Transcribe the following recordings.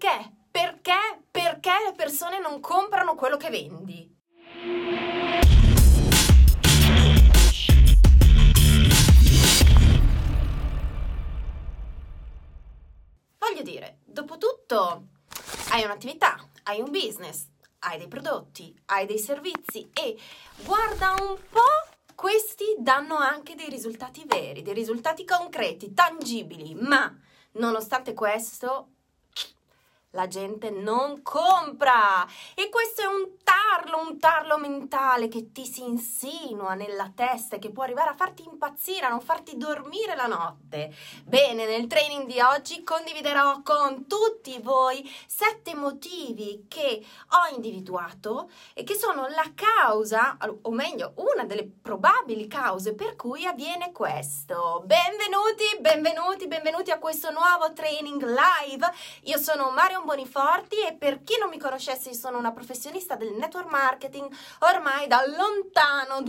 Perché? Perché le persone non comprano quello che vendi? Voglio dire, dopo tutto, hai un'attività, hai un business, hai dei prodotti, hai dei servizi e guarda un po', questi danno anche dei risultati veri, dei risultati concreti, tangibili, ma nonostante questo la gente non compra e questo è un tarlo mentale che ti si insinua nella testa e che può arrivare a farti impazzire, a non farti dormire la notte. Bene, nel training di oggi condividerò con tutti voi 7 motivi che ho individuato e che sono la causa, o meglio, una delle probabili cause per cui avviene questo. Benvenuti a questo nuovo training live. Io sono Mario Boniforti e per chi non mi conoscesse sono una professionista del network marketing ormai dal lontano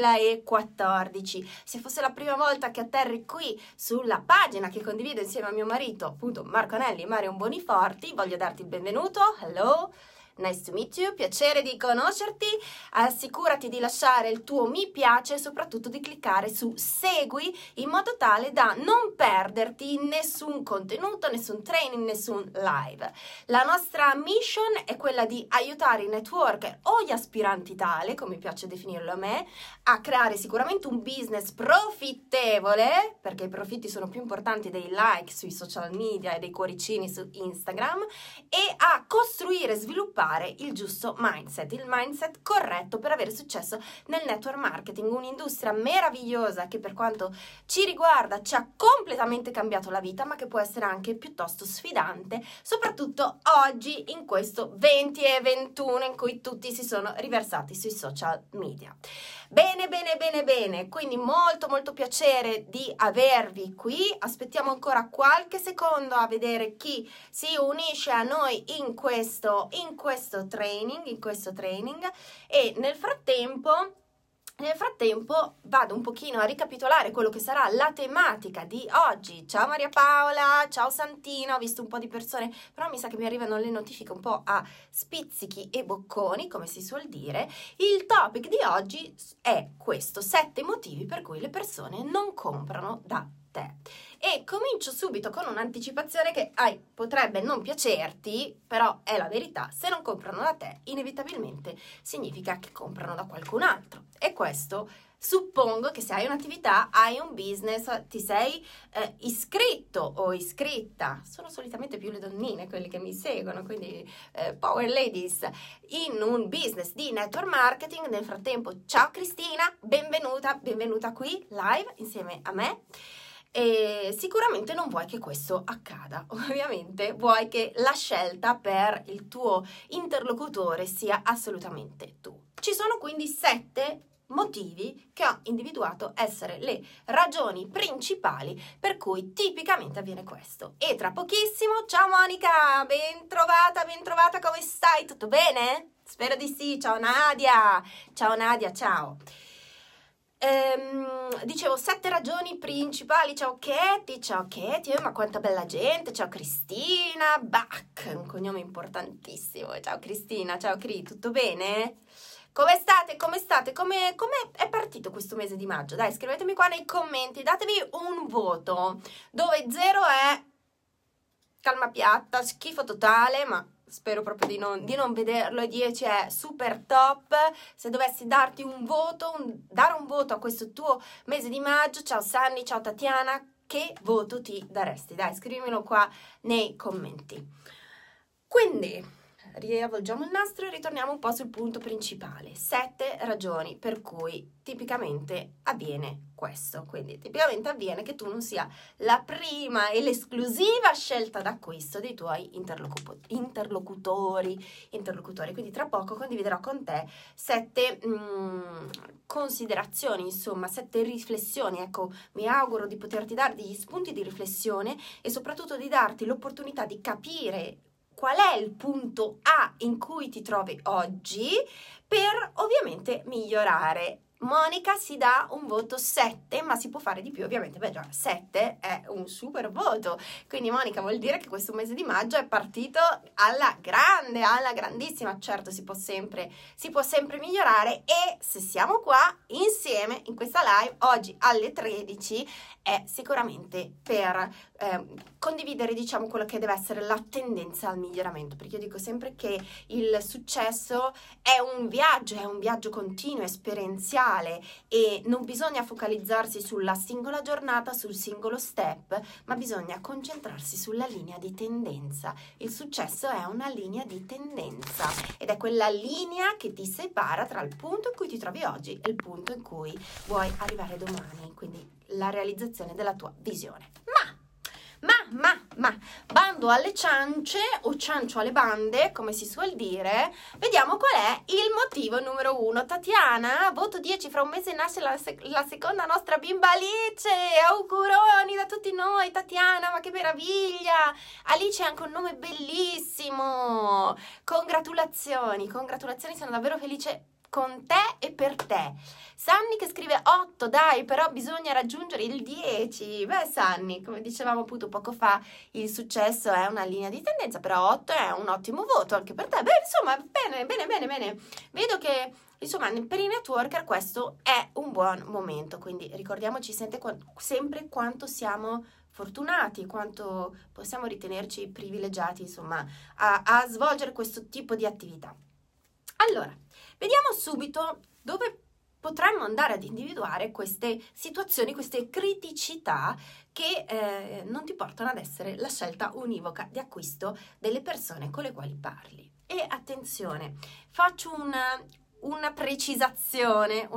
2014. Se fosse la prima volta che atterri qui sulla pagina che condivido insieme a mio marito, appunto Marco Anelli e Mario Boniforti, voglio darti il benvenuto. Hello! Nice to meet you, piacere di conoscerti, assicurati di lasciare il tuo mi piace e soprattutto di cliccare su segui in modo tale da non perderti nessun contenuto, nessun training, nessun live. La nostra mission è quella di aiutare i networker o gli aspiranti tale, come piace definirlo a me, a creare sicuramente un business profittevole, perché i profitti sono più importanti dei like sui social media e dei cuoricini su Instagram, e a costruire e sviluppare il giusto mindset, il mindset corretto per avere successo nel network marketing, un'industria meravigliosa che per quanto ci riguarda ci ha completamente cambiato la vita, ma che può essere anche piuttosto sfidante, soprattutto oggi in questo 20 e 21 in cui tutti si sono riversati sui social media. Bene, quindi molto piacere di avervi qui. Aspettiamo ancora qualche secondo a vedere chi si unisce a noi in questo training e nel frattempo vado un pochino a ricapitolare quello che sarà la tematica di oggi. Ciao Maria Paola, ciao Santina, ho visto un po' di persone, però mi sa che mi arrivano le notifiche un po' a spizzichi e bocconi, come si suol dire. Il topic di oggi è questo: 7 motivi per cui le persone non comprano da te. E comincio subito con un'anticipazione che potrebbe non piacerti, però è la verità. Se non comprano da te, inevitabilmente significa che comprano da qualcun altro. E questo suppongo che se hai un'attività, hai un business, ti sei iscritto o iscritta, sono solitamente più le donnine quelle che mi seguono, quindi power ladies, in un business di network marketing. Nel frattempo, ciao Cristina, benvenuta qui live insieme a me. E sicuramente non vuoi che questo accada, ovviamente vuoi che la scelta per il tuo interlocutore sia assolutamente tu. Ci sono quindi 7 motivi che ho individuato essere le ragioni principali per cui tipicamente avviene questo. E tra pochissimo, ciao Monica, ben trovata, come stai? Tutto bene? Spero di sì, ciao Nadia, ciao. Dicevo 7 ragioni principali. Ciao Katie, ma quanta bella gente. Ciao Cristina Bach, un cognome importantissimo. Ciao Cristina, ciao Cri, tutto bene? Come state? Come è partito questo mese di maggio? Dai, scrivetemi qua nei commenti, datevi un voto, dove 0 è calma piatta, schifo totale, ma spero proprio di non vederlo, e 10 è super top. Se dovessi darti un voto, dare un voto a questo tuo mese di maggio, ciao Sanni, ciao Tatiana, che voto ti daresti? Dai, scrivimelo qua nei commenti. Quindi riavvolgiamo il nastro e ritorniamo un po' sul punto principale. 7 ragioni per cui tipicamente avviene questo. Quindi tipicamente avviene che tu non sia la prima e l'esclusiva scelta d'acquisto dei tuoi interlocutori. Quindi tra poco condividerò con te 7 considerazioni, insomma 7 riflessioni. Ecco, mi auguro di poterti dare degli spunti di riflessione e soprattutto di darti l'opportunità di capire qual è il punto A in cui ti trovi oggi per ovviamente migliorare Monica si dà un voto 7, ma si può fare di più ovviamente, beh già 7 è un super voto, quindi Monica vuol dire che questo mese di maggio è partito alla grande, alla grandissima. Certo, si può sempre migliorare, e se siamo qua insieme in questa live oggi alle 13 è sicuramente per condividere, diciamo, quello che deve essere la tendenza al miglioramento, perché io dico sempre che il successo è un viaggio continuo, esperienziale, e non bisogna focalizzarsi sulla singola giornata, sul singolo step, ma bisogna concentrarsi sulla linea di tendenza. Il successo è una linea di tendenza ed è quella linea che ti separa tra il punto in cui ti trovi oggi e il punto in cui vuoi arrivare domani, quindi la realizzazione della tua visione. Ma, bando alle ciance o ciancio alle bande, come si suol dire, vediamo qual è il motivo numero 1. Tatiana, voto 10, fra un mese nasce la seconda nostra bimba Alice, auguroni da tutti noi. Tatiana, ma che meraviglia, Alice è anche un nome bellissimo, congratulazioni, sono davvero felice con te e per te. Sanni che scrive 8, dai, però bisogna raggiungere il 10. Beh, Sanni, come dicevamo appunto poco fa, il successo è una linea di tendenza, però 8 è un ottimo voto anche per te. Beh, insomma, bene. Vedo che, insomma, per i networker questo è un buon momento, quindi ricordiamoci sempre quanto siamo fortunati, quanto possiamo ritenerci privilegiati, insomma, a svolgere questo tipo di attività. Allora, vediamo subito dove potremmo andare ad individuare queste situazioni, queste criticità che non ti portano ad essere la scelta univoca di acquisto delle persone con le quali parli. E attenzione, faccio una precisazione.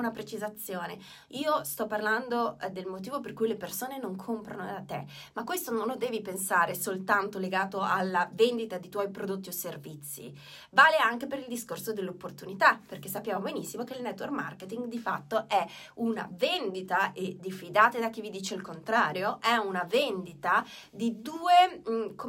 Io sto parlando del motivo per cui le persone non comprano da te, ma questo non lo devi pensare soltanto legato alla vendita di tuoi prodotti o servizi, vale anche per il discorso dell'opportunità, perché sappiamo benissimo che il network marketing di fatto è una vendita, e diffidate da chi vi dice il contrario, è una vendita di due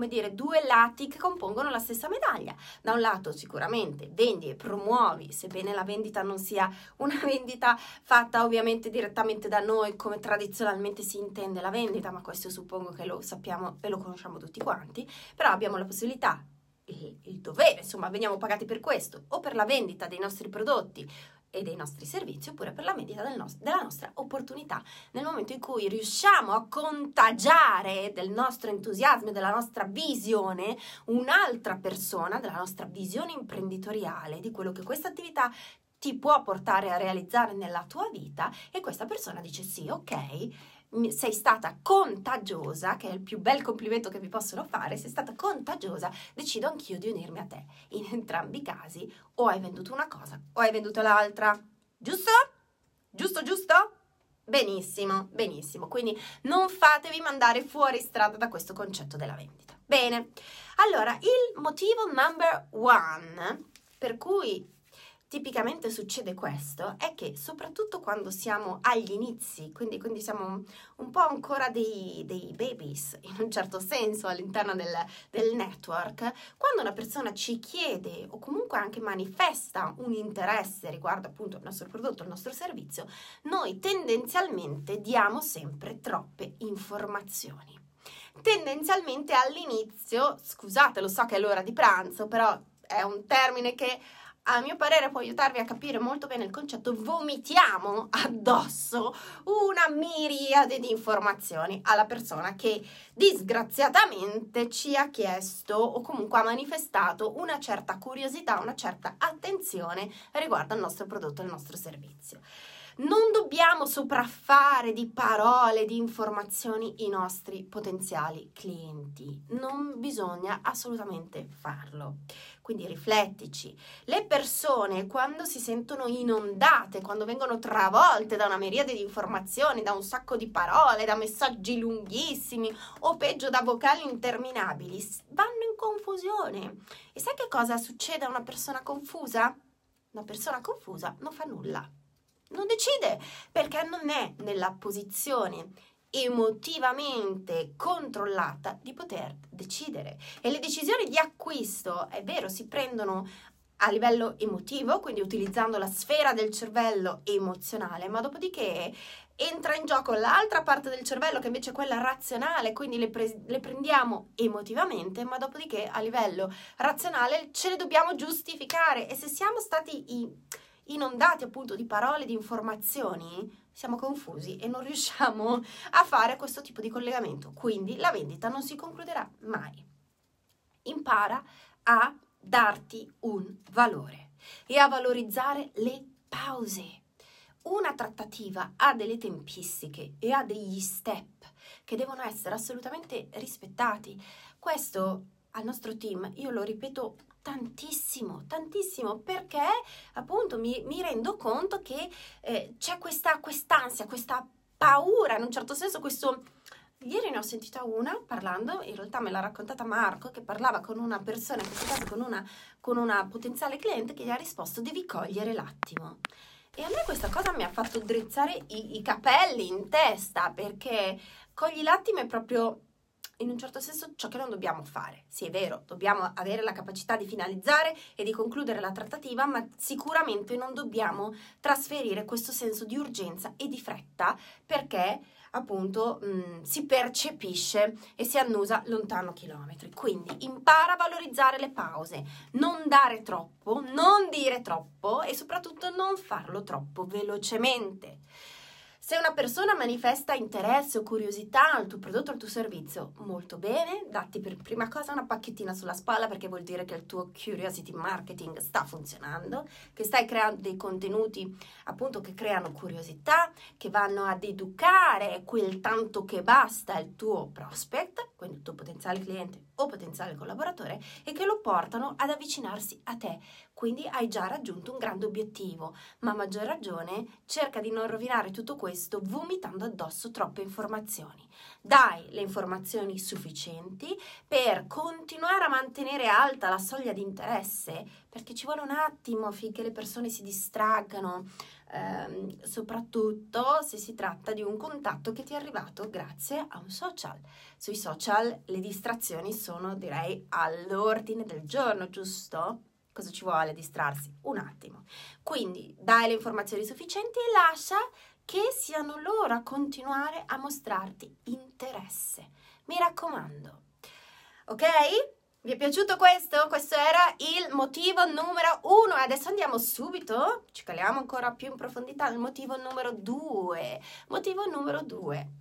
lati che compongono la stessa medaglia. Da un lato sicuramente vendi e promuovi, sebbene la vendita non sia una vendita fatta ovviamente direttamente da noi come tradizionalmente si intende la vendita, ma questo suppongo che lo sappiamo e lo conosciamo tutti quanti, però abbiamo la possibilità, il dovere, insomma, veniamo pagati per questo, o per la vendita dei nostri prodotti e dei nostri servizi, oppure per la vendita della nostra opportunità. Nel momento in cui riusciamo a contagiare del nostro entusiasmo e della nostra visione un'altra persona, della nostra visione imprenditoriale, di quello che questa attività ti può portare a realizzare nella tua vita, e questa persona dice sì, ok, sei stata contagiosa, che è il più bel complimento che vi possono fare, sei stata contagiosa, decido anch'io di unirmi a te. In entrambi i casi o hai venduto una cosa o hai venduto l'altra, giusto? Giusto? Benissimo, quindi non fatevi mandare fuori strada da questo concetto della vendita. Bene, allora il motivo number 1 per cui tipicamente succede questo è che, soprattutto quando siamo agli inizi, quindi siamo un po' ancora dei babies in un certo senso all'interno del network, quando una persona ci chiede o comunque anche manifesta un interesse riguardo appunto il nostro prodotto, il nostro servizio, noi tendenzialmente diamo sempre troppe informazioni. Tendenzialmente all'inizio, scusate, lo so che è l'ora di pranzo, però è un termine che a mio parere può aiutarvi a capire molto bene il concetto, vomitiamo addosso una miriade di informazioni alla persona che disgraziatamente ci ha chiesto o comunque ha manifestato una certa curiosità, una certa attenzione riguardo al nostro prodotto e al nostro servizio. Non dobbiamo sopraffare di parole, di informazioni i nostri potenziali clienti. Non bisogna assolutamente farlo. Quindi riflettici. Le persone, quando si sentono inondate, quando vengono travolte da una miriade di informazioni, da un sacco di parole, da messaggi lunghissimi o peggio da vocali interminabili, vanno in confusione. E sai che cosa succede a una persona confusa? Una persona confusa non fa nulla. Non decide, perché non è nella posizione emotivamente controllata di poter decidere. E le decisioni di acquisto, è vero, si prendono a livello emotivo, quindi utilizzando la sfera del cervello emozionale, ma dopodiché entra in gioco l'altra parte del cervello che invece è quella razionale, quindi le prendiamo emotivamente, ma dopodiché a livello razionale ce le dobbiamo giustificare, e se siamo stati inondati appunto di parole, di informazioni, siamo confusi e non riusciamo a fare questo tipo di collegamento, quindi la vendita non si concluderà mai. Impara a darti un valore e a valorizzare le pause. Una trattativa ha delle tempistiche e ha degli step che devono essere assolutamente rispettati. Questo al nostro team io lo ripeto tantissimo, perché appunto mi rendo conto che c'è quest'ansia, questa paura, in un certo senso questo... Ieri ne ho sentita una parlando, in realtà me l'ha raccontata Marco, che parlava con una persona, in questo caso con una potenziale cliente, che gli ha risposto: devi cogliere l'attimo. E a me questa cosa mi ha fatto drizzare i capelli in testa, perché cogli l'attimo è proprio, in un certo senso, ciò che non dobbiamo fare. Sì, è vero, dobbiamo avere la capacità di finalizzare e di concludere la trattativa, ma sicuramente non dobbiamo trasferire questo senso di urgenza e di fretta, perché appunto si percepisce e si annusa lontano chilometri. Quindi impara a valorizzare le pause, non dare troppo, non dire troppo e soprattutto non farlo troppo velocemente. Se una persona manifesta interesse o curiosità al tuo prodotto o al tuo servizio, molto bene, datti per prima cosa una pacchettina sulla spalla, perché vuol dire che il tuo curiosity marketing sta funzionando, che stai creando dei contenuti appunto che creano curiosità, che vanno ad educare quel tanto che basta il tuo prospect, quindi il tuo potenziale cliente o potenziale collaboratore, e che lo portano ad avvicinarsi a te. Quindi hai già raggiunto un grande obiettivo, ma a maggior ragione cerca di non rovinare tutto questo vomitando addosso troppe informazioni. Dai le informazioni sufficienti per continuare a mantenere alta la soglia di interesse, perché ci vuole un attimo affinché le persone si distraggano, soprattutto se si tratta di un contatto che ti è arrivato grazie a un social. Sui social le distrazioni sono, direi, all'ordine del giorno, giusto? Cosa ci vuole distrarsi? Un attimo. Quindi dai le informazioni sufficienti e lascia che siano loro a continuare a mostrarti interesse. Mi raccomando. Ok? Vi è piaciuto questo? Questo era il motivo numero 1. Adesso andiamo subito, ci caliamo ancora più in profondità nel motivo numero 2. Motivo numero 2.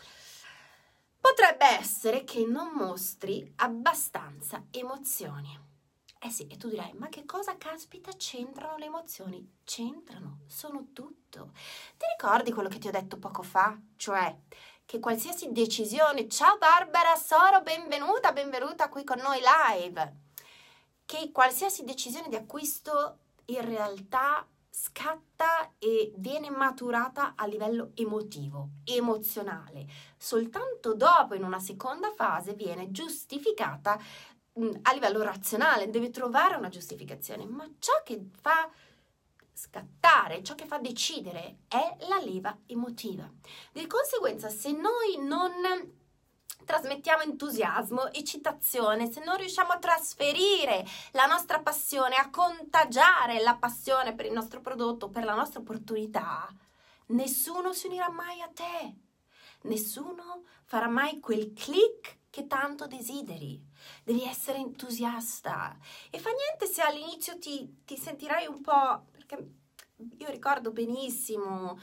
Potrebbe essere che non mostri abbastanza emozioni. Eh sì, e tu dirai, ma che cosa caspita c'entrano le emozioni? C'entrano, sono tutto. Ti ricordi quello che ti ho detto poco fa? Cioè, che qualsiasi decisione... Ciao Barbara Soro, benvenuta qui con noi live. Che qualsiasi decisione di acquisto in realtà scatta e viene maturata a livello emotivo, emozionale. Soltanto dopo, in una seconda fase, viene giustificata a livello razionale, deve trovare una giustificazione, ma ciò che fa scattare, ciò che fa decidere è la leva emotiva. Di conseguenza, se noi non trasmettiamo entusiasmo, eccitazione, se non riusciamo a trasferire la nostra passione, a contagiare la passione per il nostro prodotto, per la nostra opportunità, nessuno si unirà mai a te, nessuno farà mai quel click che tanto desideri. Devi essere entusiasta e fa niente se all'inizio ti sentirai un po', perché io ricordo benissimo,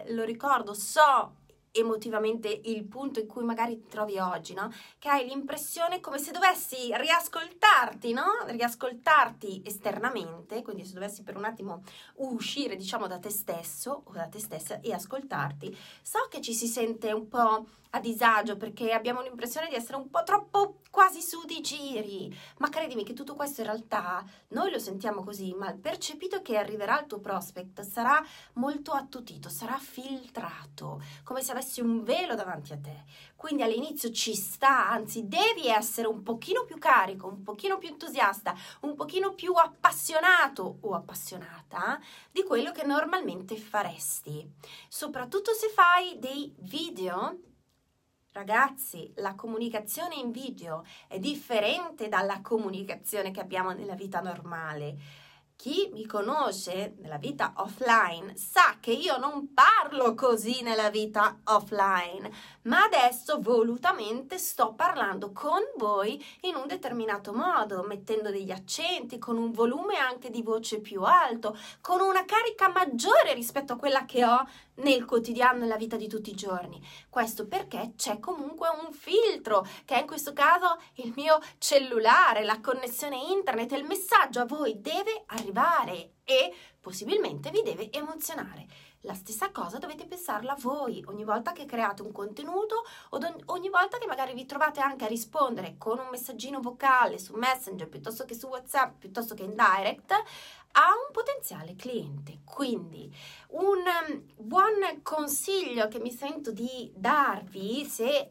so emotivamente il punto in cui magari ti trovi oggi, no? Che hai l'impressione come se dovessi riascoltarti, no? Riascoltarti esternamente, quindi se dovessi per un attimo uscire, diciamo, da te stesso o da te stessa e ascoltarti. So che ci si sente un po' a disagio perché abbiamo l'impressione di essere un po' troppo quasi su di giri, ma credimi che tutto questo in realtà noi lo sentiamo così, ma il percepito che arriverà al tuo prospect sarà molto attutito, sarà filtrato, come se avessi un velo davanti a te. Quindi all'inizio ci sta, anzi devi essere un pochino più carico, un pochino più entusiasta, un pochino più appassionato o appassionata di quello che normalmente faresti. Soprattutto se fai dei video. Ragazzi, la comunicazione in video è differente dalla comunicazione che abbiamo nella vita normale. chi mi conosce nella vita offline sa che io non parlo così nella vita offline, ma adesso volutamente sto parlando con voi in un determinato modo, mettendo degli accenti, con un volume anche di voce più alto, con una carica maggiore rispetto a quella che ho nel quotidiano, nella vita di tutti i giorni. Questo perché c'è comunque un filtro, che è in questo caso il mio cellulare, la connessione internet, e il messaggio a voi deve arrivare e possibilmente vi deve emozionare. La stessa cosa dovete pensarla voi ogni volta che create un contenuto o ogni volta che magari vi trovate anche a rispondere con un messaggino vocale su Messenger piuttosto che su WhatsApp, piuttosto che in direct, a un potenziale cliente. Quindi un buon consiglio che mi sento di darvi, se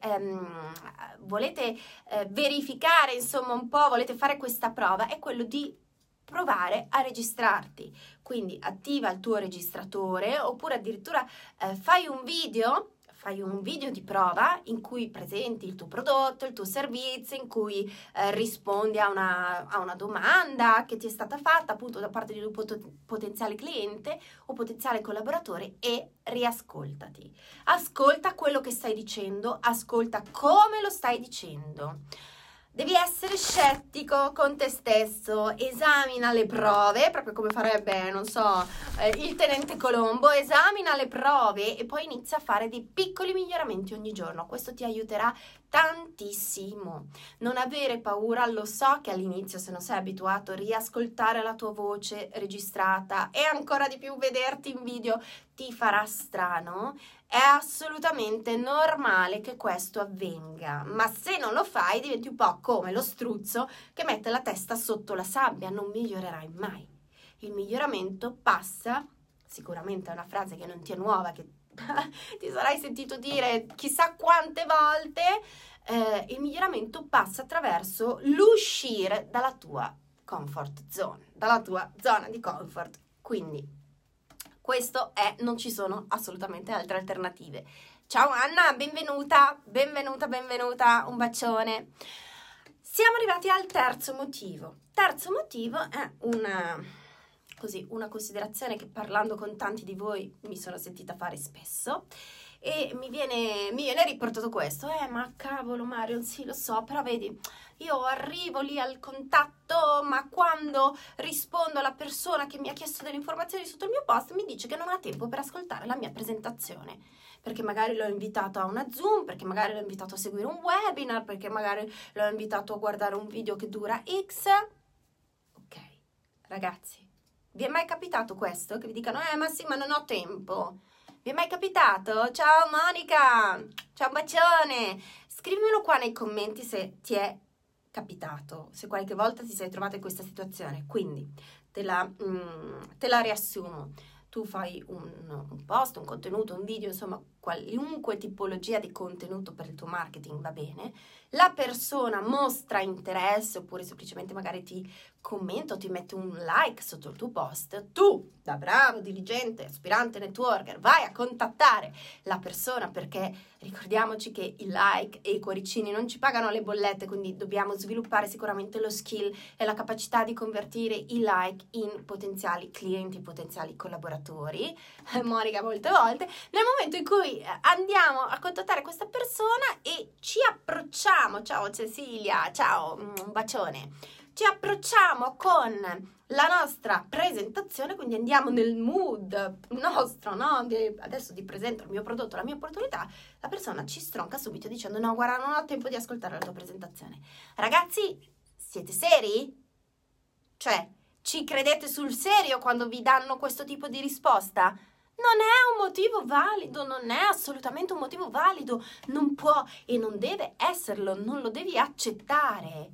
volete verificare insomma un po', volete fare questa prova, è quello di provare a registrarti. Quindi attiva il tuo registratore, oppure addirittura fai un video di prova in cui presenti il tuo prodotto, il tuo servizio, in cui rispondi a una domanda che ti è stata fatta appunto da parte di un potenziale cliente o potenziale collaboratore, e riascoltati. Ascolta quello che stai dicendo, ascolta come lo stai dicendo. Devi essere scettico con te stesso, esamina le prove, proprio come farebbe, non so, il tenente Colombo, esamina le prove e poi inizia a fare dei piccoli miglioramenti ogni giorno. Questo ti aiuterà tantissimo. Non avere paura, lo so che all'inizio, se non sei abituato a riascoltare la tua voce registrata e ancora di più vederti in video, ti farà strano. È assolutamente normale che questo avvenga, ma se non lo fai diventi un po' come lo struzzo che mette la testa sotto la sabbia, non migliorerai mai. Il miglioramento passa, sicuramente è una frase che non ti è nuova, che ti sarai sentito dire chissà quante volte, il miglioramento passa attraverso l'uscire dalla tua comfort zone, dalla tua zona di comfort. Quindi questo è, non ci sono assolutamente altre alternative. Ciao Anna, benvenuta, un bacione. Siamo arrivati al terzo motivo. Terzo motivo è una considerazione che, parlando con tanti di voi, mi sono sentita fare spesso, e mi viene riportato questo. Ma cavolo Marion, sì lo so, però vedi, io arrivo lì al contatto, ma quando rispondo alla persona che mi ha chiesto delle informazioni sotto il mio post, mi dice che non ha tempo per ascoltare la mia presentazione, perché magari l'ho invitato a una Zoom, perché magari l'ho invitato a seguire un webinar, perché magari l'ho invitato a guardare un video che dura X. Ok, ragazzi, vi è mai capitato questo? Che vi dicano, ma sì, ma non ho tempo. Vi è mai capitato? Ciao Monica, ciao, un bacione. Scrivimelo qua nei commenti se ti è capitato, se qualche volta ti sei trovata in questa situazione. Quindi te la riassumo. Tu fai un post, un contenuto, un video, insomma qualunque tipologia di contenuto per il tuo marketing va bene. La persona mostra interesse, oppure semplicemente magari ti commenta o ti mette un like sotto il tuo post. Tu, da bravo, diligente, aspirante networker, vai a contattare la persona, perché ricordiamoci che i like e i cuoricini non ci pagano le bollette, quindi dobbiamo sviluppare sicuramente lo skill e la capacità di convertire i like in potenziali clienti, potenziali collaboratori. Monica molte volte. Nel momento in cui andiamo a contattare questa persona e ci approcciamo, ciao Cecilia, ciao, un bacione, ci approcciamo con la nostra presentazione, quindi andiamo nel mood nostro, no? Adesso ti presento il mio prodotto, la mia opportunità, la persona ci stronca subito dicendo no, guarda, non ho tempo di ascoltare la tua presentazione. Ragazzi, siete seri? Cioè, ci credete sul serio quando vi danno questo tipo di risposta? Non è un motivo valido, non è assolutamente un motivo valido, non può e non deve esserlo, non lo devi accettare.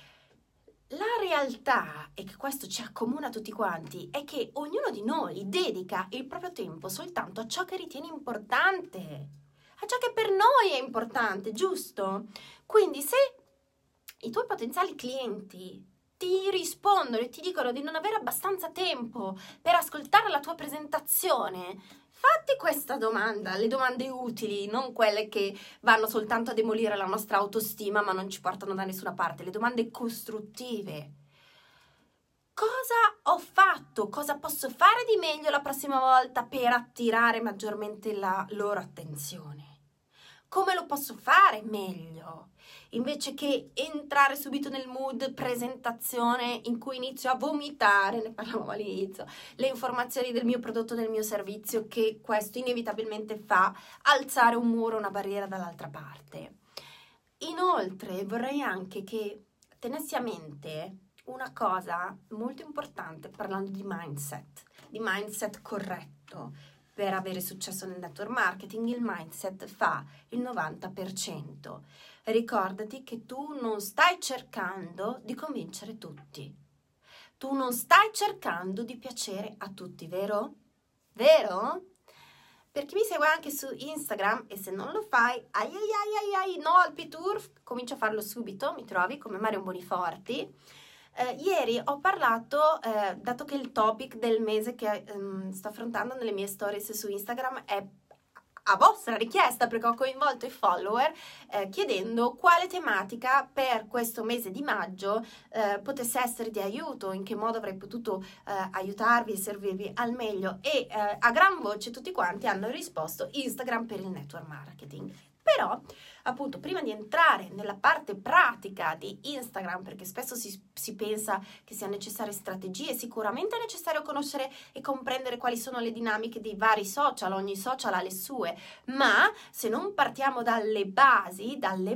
La realtà, e che questo ci accomuna tutti quanti, è che ognuno di noi dedica il proprio tempo soltanto a ciò che ritiene importante, a ciò che per noi è importante, giusto? Quindi se i tuoi potenziali clienti ti rispondono e ti dicono di non avere abbastanza tempo per ascoltare la tua presentazione, fatti questa domanda, le domande utili, non quelle che vanno soltanto a demolire la nostra autostima ma non ci portano da nessuna parte, le domande costruttive. cosa ho fatto, cosa posso fare di meglio la prossima volta per attirare maggiormente la loro attenzione. Come lo posso fare meglio? Invece che entrare subito nel mood presentazione in cui inizio a vomitare, ne parlavamo all'inizio, le informazioni del mio prodotto, del mio servizio, che questo inevitabilmente fa alzare un muro, una barriera dall'altra parte. Inoltre vorrei anche che tenessi a mente una cosa molto importante parlando di mindset corretto. Per avere successo nel network marketing il mindset fa il 90%. Ricordati che tu non stai cercando di convincere tutti. Tu non stai cercando di piacere a tutti, vero? Vero? Per chi mi segue anche su Instagram, e se non lo fai, no al P-Tour, comincia a farlo subito, mi trovi come Mario Boniforti. Ieri ho parlato, dato che il topic del mese che sto affrontando nelle mie stories su Instagram è a vostra richiesta, perché ho coinvolto i follower chiedendo quale tematica per questo mese di maggio potesse essere di aiuto, in che modo avrei potuto aiutarvi e servirvi al meglio, e a gran voce tutti quanti hanno risposto Instagram per il network marketing. Però, appunto, prima di entrare nella parte pratica di Instagram, perché spesso si pensa che siano necessarie strategie, sicuramente è necessario conoscere e comprendere quali sono le dinamiche dei vari social, ogni social ha le sue, ma se non partiamo dalle basi,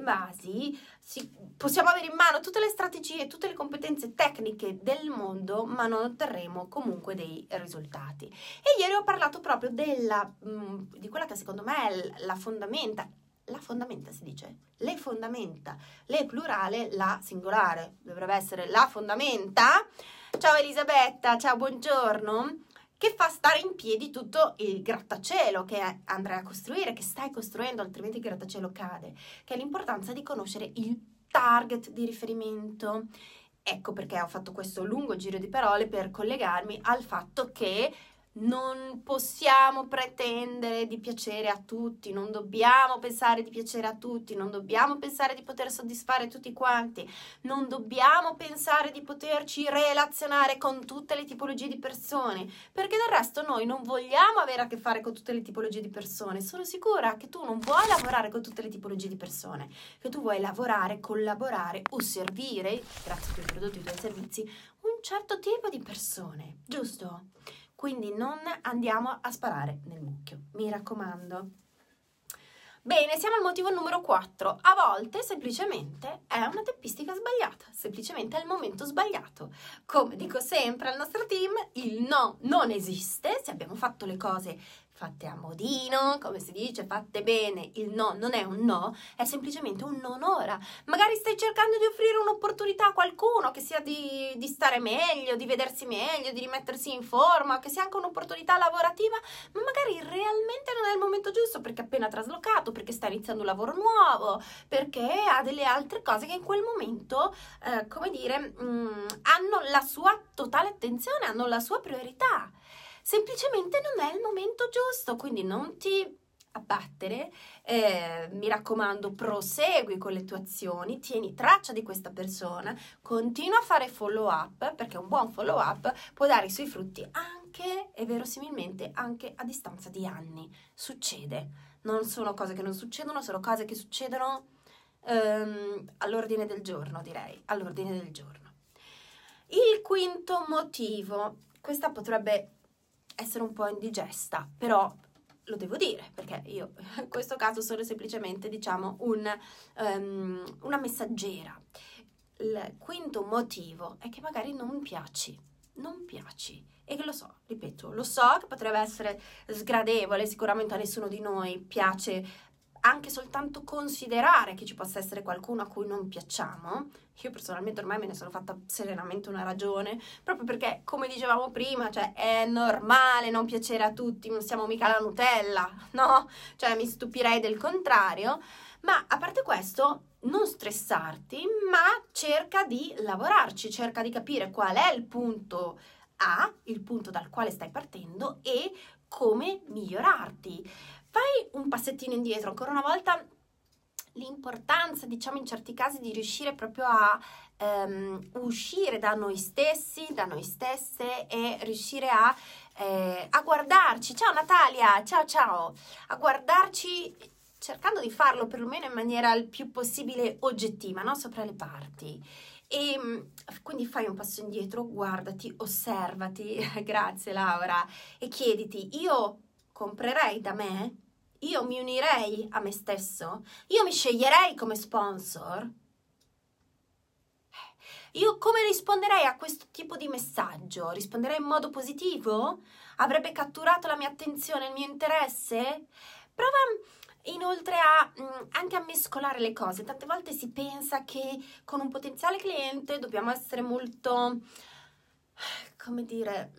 possiamo avere in mano tutte le strategie, tutte le competenze tecniche del mondo, ma non otterremo comunque dei risultati. E ieri ho parlato proprio di quella che secondo me è la fondamenta si dice? Le fondamenta, le plurale, la singolare, dovrebbe essere la fondamenta. Ciao Elisabetta, ciao, buongiorno, che fa stare in piedi tutto il grattacielo che andrai a costruire, che stai costruendo, altrimenti il grattacielo cade, che è l'importanza di conoscere il target di riferimento. Ecco perché ho fatto questo lungo giro di parole per collegarmi al fatto che non possiamo pretendere di piacere a tutti, non dobbiamo pensare di piacere a tutti, non dobbiamo pensare di poter soddisfare tutti quanti, non dobbiamo pensare di poterci relazionare con tutte le tipologie di persone, perché del resto noi non vogliamo avere a che fare con tutte le tipologie di persone. Sono sicura che tu non vuoi lavorare con tutte le tipologie di persone, che tu vuoi lavorare, collaborare o servire, grazie ai tuoi prodotti e ai tuoi servizi, un certo tipo di persone, giusto? Quindi non andiamo a sparare nel mucchio, mi raccomando. Bene, siamo al motivo numero 4. A volte semplicemente è una tempistica sbagliata, semplicemente è il momento sbagliato. Come dico sempre al nostro team, il no non esiste. Se abbiamo fatto le cose fatte a modino, come si dice, fatte bene, il no non è un no, è semplicemente un non ora. Magari stai cercando di offrire un'opportunità a qualcuno, che sia di stare meglio, di vedersi meglio, di rimettersi in forma, che sia anche un'opportunità lavorativa, ma magari realmente non è il momento giusto, perché è appena traslocato, perché sta iniziando un lavoro nuovo, perché ha delle altre cose che in quel momento, hanno la sua totale attenzione, hanno la sua priorità. Semplicemente non è il momento giusto, quindi non ti abbattere, mi raccomando, prosegui con le tue azioni, tieni traccia di questa persona, continua a fare follow up, perché un buon follow up può dare i suoi frutti anche e verosimilmente anche a distanza di anni. Succede, non sono cose che non succedono, sono cose che succedono all'ordine del giorno, direi, all'ordine del giorno. Il quinto motivo, questa potrebbe essere un po' indigesta, però lo devo dire, perché io in questo caso sono semplicemente, diciamo, una messaggera. Il quinto motivo è che magari non piaci, e che lo so, ripeto, lo so che potrebbe essere sgradevole, sicuramente a nessuno di noi piace anche soltanto considerare che ci possa essere qualcuno a cui non piacciamo. Io personalmente ormai me ne sono fatta serenamente una ragione, proprio perché, come dicevamo prima, cioè è normale non piacere a tutti, non siamo mica la Nutella, no? Cioè mi stupirei del contrario, ma a parte questo non stressarti, ma cerca di lavorarci, cerca di capire qual è il punto A, il punto dal quale stai partendo e come migliorarti. Fai un passettino indietro, ancora una volta l'importanza, diciamo in certi casi, di riuscire proprio a uscire da noi stessi, da noi stesse e riuscire a guardarci. Ciao Natalia, ciao, a guardarci cercando di farlo perlomeno in maniera il più possibile oggettiva, no? Sopra le parti. E quindi fai un passo indietro, guardati, osservati, grazie Laura, e chiediti: io comprerei da me? Io mi unirei a me stesso? Io mi sceglierei come sponsor? Io come risponderei a questo tipo di messaggio? Risponderei in modo positivo? Avrebbe catturato la mia attenzione, il mio interesse? Prova inoltre anche a mescolare le cose. Tante volte si pensa che con un potenziale cliente dobbiamo essere molto, come dire,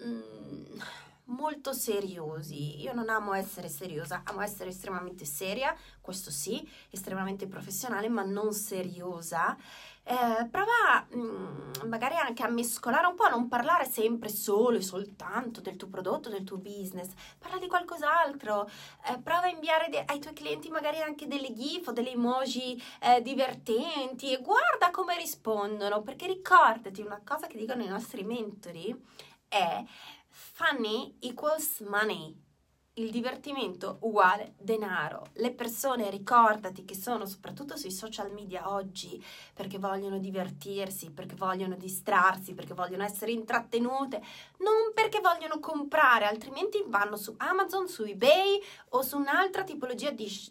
molto seriosi. Io non amo essere seriosa, amo essere estremamente seria, questo sì, estremamente professionale, ma non seriosa. Prova magari anche a mescolare un po', a non parlare sempre solo e soltanto del tuo prodotto, del tuo business, parla di qualcos'altro. Prova a inviare ai tuoi clienti magari anche delle gif o delle emoji divertenti e guarda come rispondono, perché ricordati una cosa che dicono i nostri mentori è: funny equals money. Il divertimento uguale denaro. Le persone, ricordati, che sono soprattutto sui social media oggi perché vogliono divertirsi, perché vogliono distrarsi, perché vogliono essere intrattenute, non perché vogliono comprare, altrimenti vanno su Amazon, su eBay o su un'altra tipologia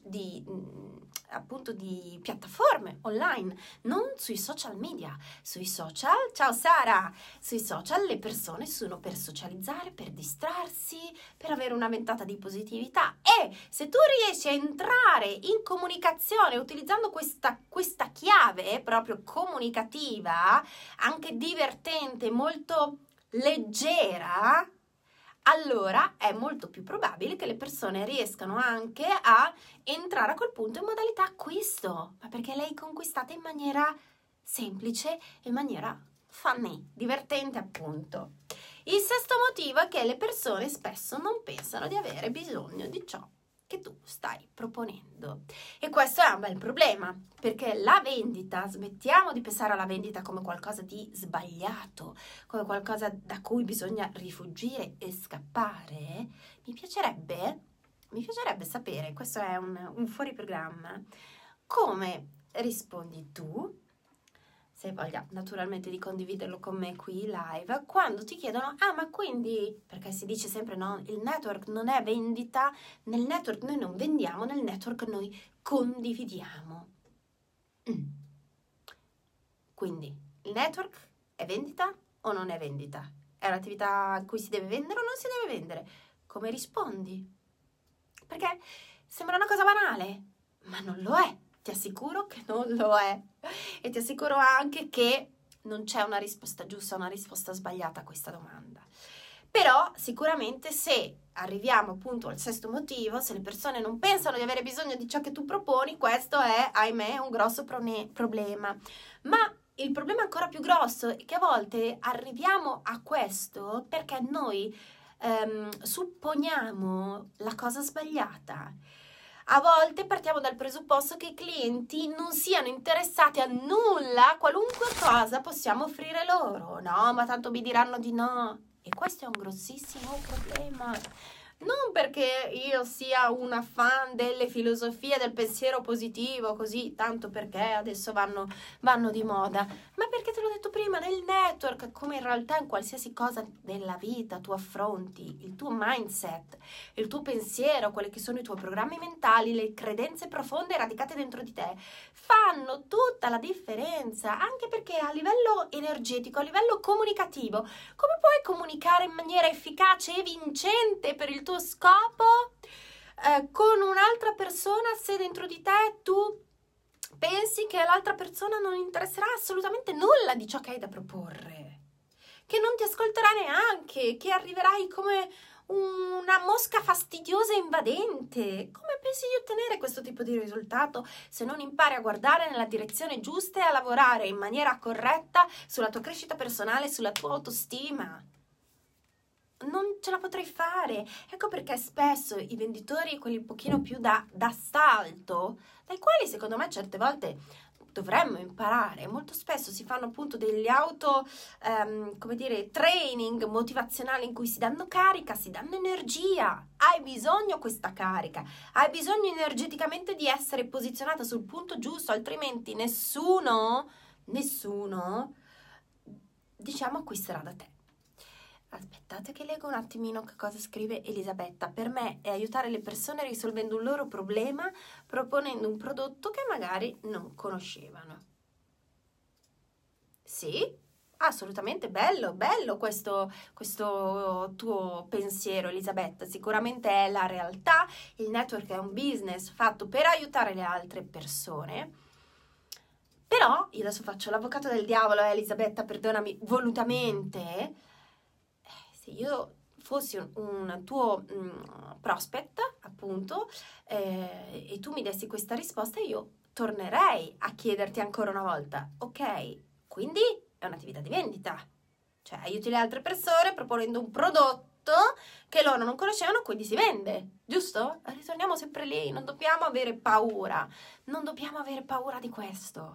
appunto di piattaforme online, non sui social media. Sui social, ciao Sara, sui social le persone sono per socializzare, per distrarsi, per avere una ventata di positività, e se tu riesci a entrare in comunicazione utilizzando questa chiave proprio comunicativa, anche divertente, molto leggera, allora è molto più probabile che le persone riescano anche a entrare a quel punto in modalità acquisto, ma perché le hai conquistate in maniera semplice, in maniera funny, divertente appunto. Il sesto motivo è che le persone spesso non pensano di avere bisogno di ciò che tu stai proponendo, e questo è un bel problema, perché la vendita, smettiamo di pensare alla vendita come qualcosa di sbagliato, come qualcosa da cui bisogna rifugire e scappare. Mi piacerebbe sapere, questo è un fuori programma, come rispondi tu, se hai voglia naturalmente di condividerlo con me qui live, quando ti chiedono: ah, ma quindi, perché si dice sempre no, il network non è vendita, nel network noi non vendiamo, nel network noi condividiamo. Quindi il network è vendita o non è vendita? È un'attività a cui si deve vendere o non si deve vendere? Come rispondi? Perché sembra una cosa banale, ma non lo è. Ti assicuro che non lo è, e ti assicuro anche che non c'è una risposta giusta o una risposta sbagliata a questa domanda. Però sicuramente se arriviamo appunto al sesto motivo, se le persone non pensano di avere bisogno di ciò che tu proponi, questo è, ahimè, un grosso problema. Ma il problema ancora più grosso è che a volte arriviamo a questo perché noi supponiamo la cosa sbagliata. A volte partiamo dal presupposto che i clienti non siano interessati a nulla, qualunque cosa possiamo offrire loro. No, ma tanto mi diranno di no. E questo è un grossissimo problema. Non perché io sia una fan delle filosofie del pensiero positivo, così, tanto perché adesso vanno di moda, ma perché te l'ho detto prima, nel network, come in realtà in qualsiasi cosa della vita tu affronti, il tuo mindset, il tuo pensiero, quelli che sono i tuoi programmi mentali, le credenze profonde radicate dentro di te, fanno tutta la differenza, anche perché a livello energetico, a livello comunicativo, come puoi comunicare in maniera efficace e vincente per il tuo scopo con un'altra persona se dentro di te tu pensi che all'altra persona non interesserà assolutamente nulla di ciò che hai da proporre, che non ti ascolterà neanche, che arriverai come una mosca fastidiosa e invadente? Come pensi di ottenere questo tipo di risultato se non impari a guardare nella direzione giusta e a lavorare in maniera corretta sulla tua crescita personale, sulla tua autostima? Non ce la potrei fare. Ecco perché spesso i venditori, quelli un pochino più d'assalto, dai quali secondo me certe volte dovremmo imparare. Molto spesso si fanno appunto degli training motivazionali in cui si danno carica, si danno energia. Hai bisogno questa carica, hai bisogno energeticamente di essere posizionata sul punto giusto, altrimenti nessuno, diciamo, acquisterà da te. Aspettate che leggo un attimino che cosa scrive Elisabetta. Per me è aiutare le persone risolvendo un loro problema, proponendo un prodotto che magari non conoscevano. Sì, assolutamente bello questo tuo pensiero, Elisabetta. Sicuramente è la realtà. Il network è un business fatto per aiutare le altre persone. Però, io adesso faccio l'avvocato del diavolo, Elisabetta, perdonami, volutamente. Se io fossi un tuo prospect, appunto, e tu mi dessi questa risposta, io tornerei a chiederti ancora una volta, ok, quindi è un'attività di vendita, cioè aiuti le altre persone proponendo un prodotto che loro non conoscevano, quindi si vende, giusto? Ritorniamo sempre lì, non dobbiamo avere paura di questo.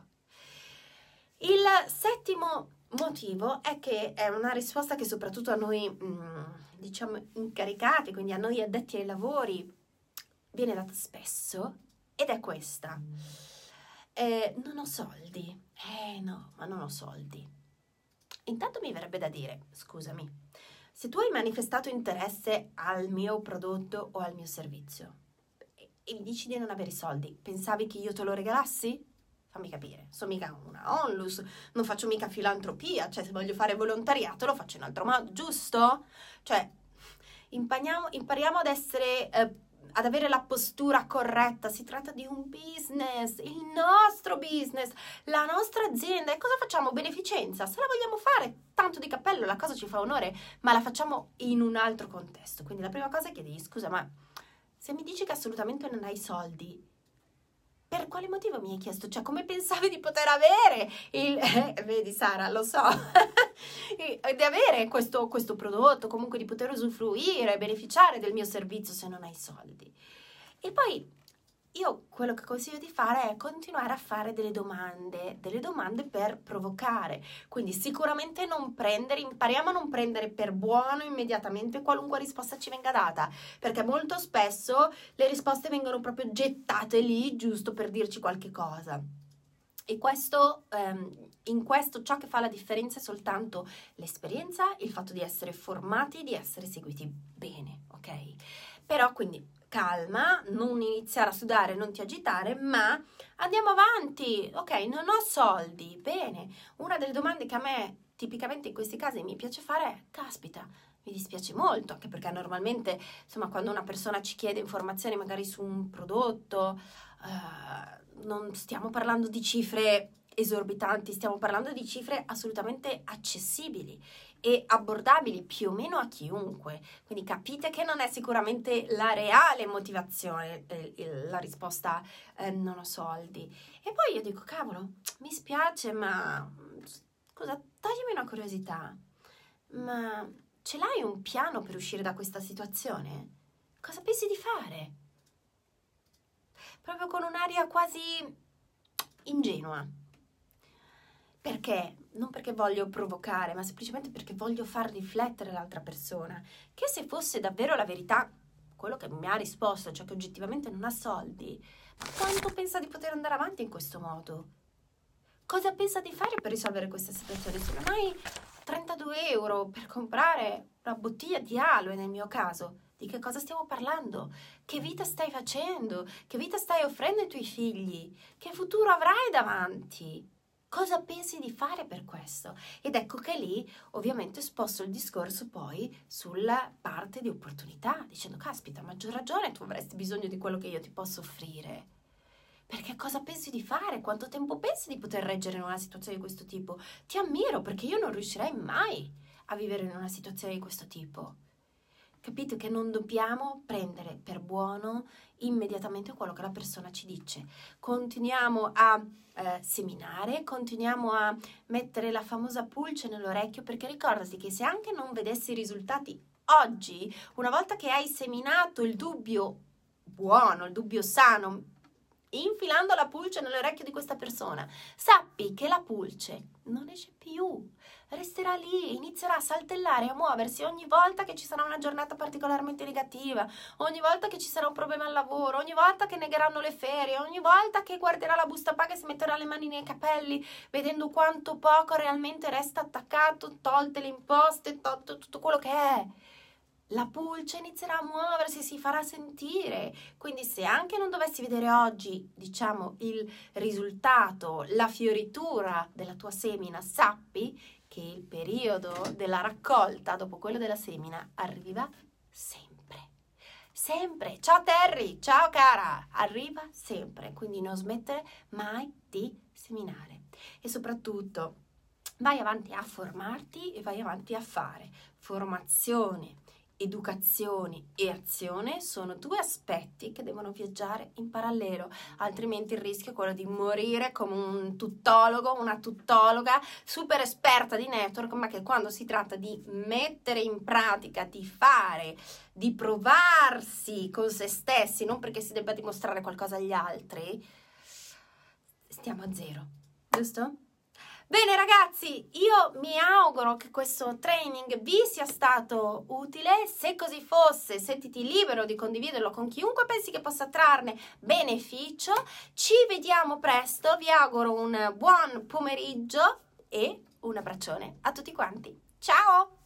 Il settimo motivo è che è una risposta che soprattutto a noi, diciamo, incaricati, quindi a noi addetti ai lavori, viene data spesso, ed è questa. Non ho soldi. No, ma non ho soldi. Intanto mi verrebbe da dire, scusami, se tu hai manifestato interesse al mio prodotto o al mio servizio e mi dici di non avere soldi, pensavi che io te lo regalassi? Fammi capire, sono mica una onlus, non faccio mica filantropia, cioè se voglio fare volontariato lo faccio in altro modo, giusto? Cioè, impariamo ad essere, ad avere la postura corretta, si tratta di un business, il nostro business, la nostra azienda, e cosa facciamo? Beneficenza, se la vogliamo fare, tanto di cappello, la cosa ci fa onore, ma la facciamo in un altro contesto, quindi la prima cosa è chiedi, scusa, ma se mi dici che assolutamente non hai soldi, per quale motivo mi hai chiesto? Cioè, come pensavi di poter avere vedi Sara, lo so, di avere questo prodotto, comunque di poter usufruire, beneficiare del mio servizio se non hai soldi? E poi io quello che consiglio di fare è continuare a fare delle domande per provocare. Quindi sicuramente impariamo a non prendere per buono immediatamente qualunque risposta ci venga data, perché molto spesso le risposte vengono proprio gettate lì giusto per dirci qualche cosa. E questo, in questo ciò che fa la differenza è soltanto l'esperienza, il fatto di essere formati, di essere seguiti bene, ok? Però quindi calma, non iniziare a sudare, non ti agitare, ma andiamo avanti. Ok, non ho soldi, bene. Una delle domande che a me tipicamente in questi casi mi piace fare è, caspita, mi dispiace molto, anche perché normalmente, insomma, quando una persona ci chiede informazioni magari su un prodotto, non stiamo parlando di cifre esorbitanti, stiamo parlando di cifre assolutamente accessibili e abbordabili più o meno a chiunque, quindi capite che non è sicuramente la reale motivazione, la risposta non ho soldi. E poi io dico, cavolo, mi spiace, ma scusa, toglimi una curiosità, ma ce l'hai un piano per uscire da questa situazione? Cosa pensi di fare? Proprio con un'aria quasi ingenua. Perché? Non perché voglio provocare, ma semplicemente perché voglio far riflettere l'altra persona, che se fosse davvero la verità, quello che mi ha risposto, cioè che oggettivamente non ha soldi, ma quanto pensa di poter andare avanti in questo modo? Cosa pensa di fare per risolvere questa situazione? Se non hai 32 euro per comprare una bottiglia di aloe, nel mio caso, di che cosa stiamo parlando? Che vita stai facendo? Che vita stai offrendo ai tuoi figli? Che futuro avrai davanti? Cosa pensi di fare per questo? Ed ecco che lì ovviamente sposto il discorso poi sulla parte di opportunità, dicendo, caspita, a maggior ragione tu avresti bisogno di quello che io ti posso offrire. Perché cosa pensi di fare? Quanto tempo pensi di poter reggere in una situazione di questo tipo? Ti ammiro, perché io non riuscirei mai a vivere in una situazione di questo tipo. Capite che non dobbiamo prendere per buono immediatamente quello che la persona ci dice. Continuiamo a seminare, continuiamo a mettere la famosa pulce nell'orecchio, perché ricordati che se anche non vedessi i risultati oggi, una volta che hai seminato il dubbio buono, il dubbio sano infilando la pulce nell'orecchio di questa persona, sappi che la pulce non esce più, resterà lì, inizierà a saltellare e a muoversi ogni volta che ci sarà una giornata particolarmente negativa, ogni volta che ci sarà un problema al lavoro, ogni volta che negheranno le ferie, ogni volta che guarderà la busta paga e si metterà le mani nei capelli, vedendo quanto poco realmente resta attaccato, tolte le imposte, tolto tutto quello che è. La pulce inizierà a muoversi, si farà sentire. Quindi se anche non dovessi vedere oggi, diciamo, il risultato, la fioritura della tua semina, sappi che il periodo della raccolta dopo quello della semina arriva sempre. Sempre. Ciao Terry, ciao cara, arriva sempre. Quindi non smettere mai di seminare. E soprattutto vai avanti a formarti e vai avanti a fare formazione. Educazione e azione sono due aspetti che devono viaggiare in parallelo, altrimenti il rischio è quello di morire come un tuttologo, una tuttologa super esperta di network, ma che quando si tratta di mettere in pratica, di fare, di provarsi con se stessi, non perché si debba dimostrare qualcosa agli altri, stiamo a zero, giusto? Bene ragazzi, io mi auguro che questo training vi sia stato utile. Se così fosse, sentiti libero di condividerlo con chiunque pensi che possa trarne beneficio. Ci vediamo presto, vi auguro un buon pomeriggio e un abbraccione a tutti quanti. Ciao!